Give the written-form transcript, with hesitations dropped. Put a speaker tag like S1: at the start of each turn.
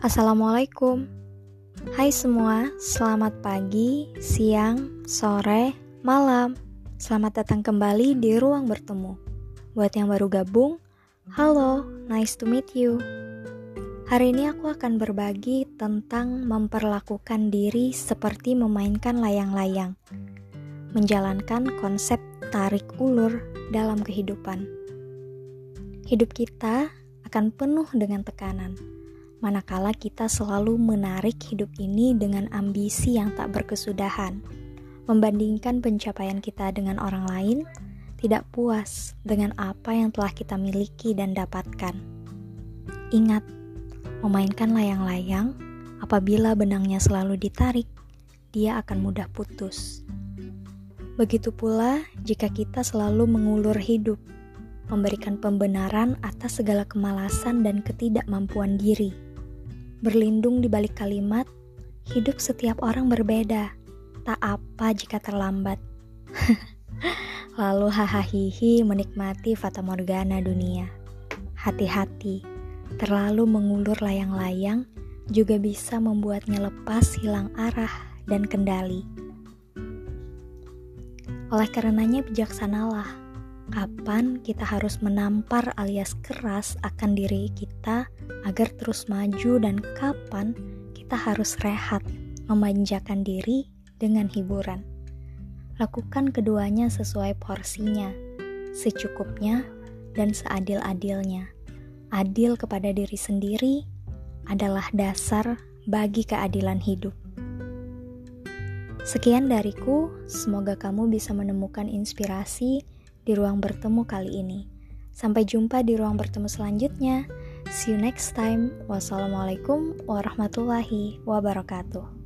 S1: Assalamualaikum. Hai semua, selamat pagi, siang, sore, malam. Selamat datang kembali di Ruang Bertemu. Buat yang baru gabung, halo, nice to meet you. Hari ini aku akan berbagi tentang memperlakukan diri seperti memainkan layang-layang. Menjalankan konsep tarik ulur dalam kehidupan. Hidup kita akan penuh dengan tekanan. Manakala kita selalu menarik hidup ini dengan ambisi yang tak berkesudahan, membandingkan pencapaian kita dengan orang lain, tidak puas dengan apa yang telah kita miliki dan dapatkan. Ingat, memainkan layang-layang, apabila benangnya selalu ditarik, dia akan mudah putus. Begitu pula jika kita selalu mengulur hidup, memberikan pembenaran atas segala kemalasan dan ketidakmampuan diri. Berlindung di balik kalimat, hidup setiap orang berbeda, tak apa jika terlambat. Lalu hahaha menikmati fata morgana dunia. Hati-hati, terlalu mengulur layang-layang juga bisa membuatnya lepas hilang arah dan kendali. Oleh karenanya bijaksanalah, kapan kita harus menampar alias keras akan diri kita agar terus maju dan kapan kita harus rehat, memanjakan diri dengan hiburan. Lakukan keduanya sesuai porsinya, secukupnya dan seadil-adilnya. Adil kepada diri sendiri adalah dasar bagi keadilan hidup. Sekian dariku, semoga kamu bisa menemukan inspirasi di ruang bertemu kali ini. Sampai jumpa di ruang bertemu selanjutnya. See you next time. Wassalamualaikum warahmatullahi wabarakatuh.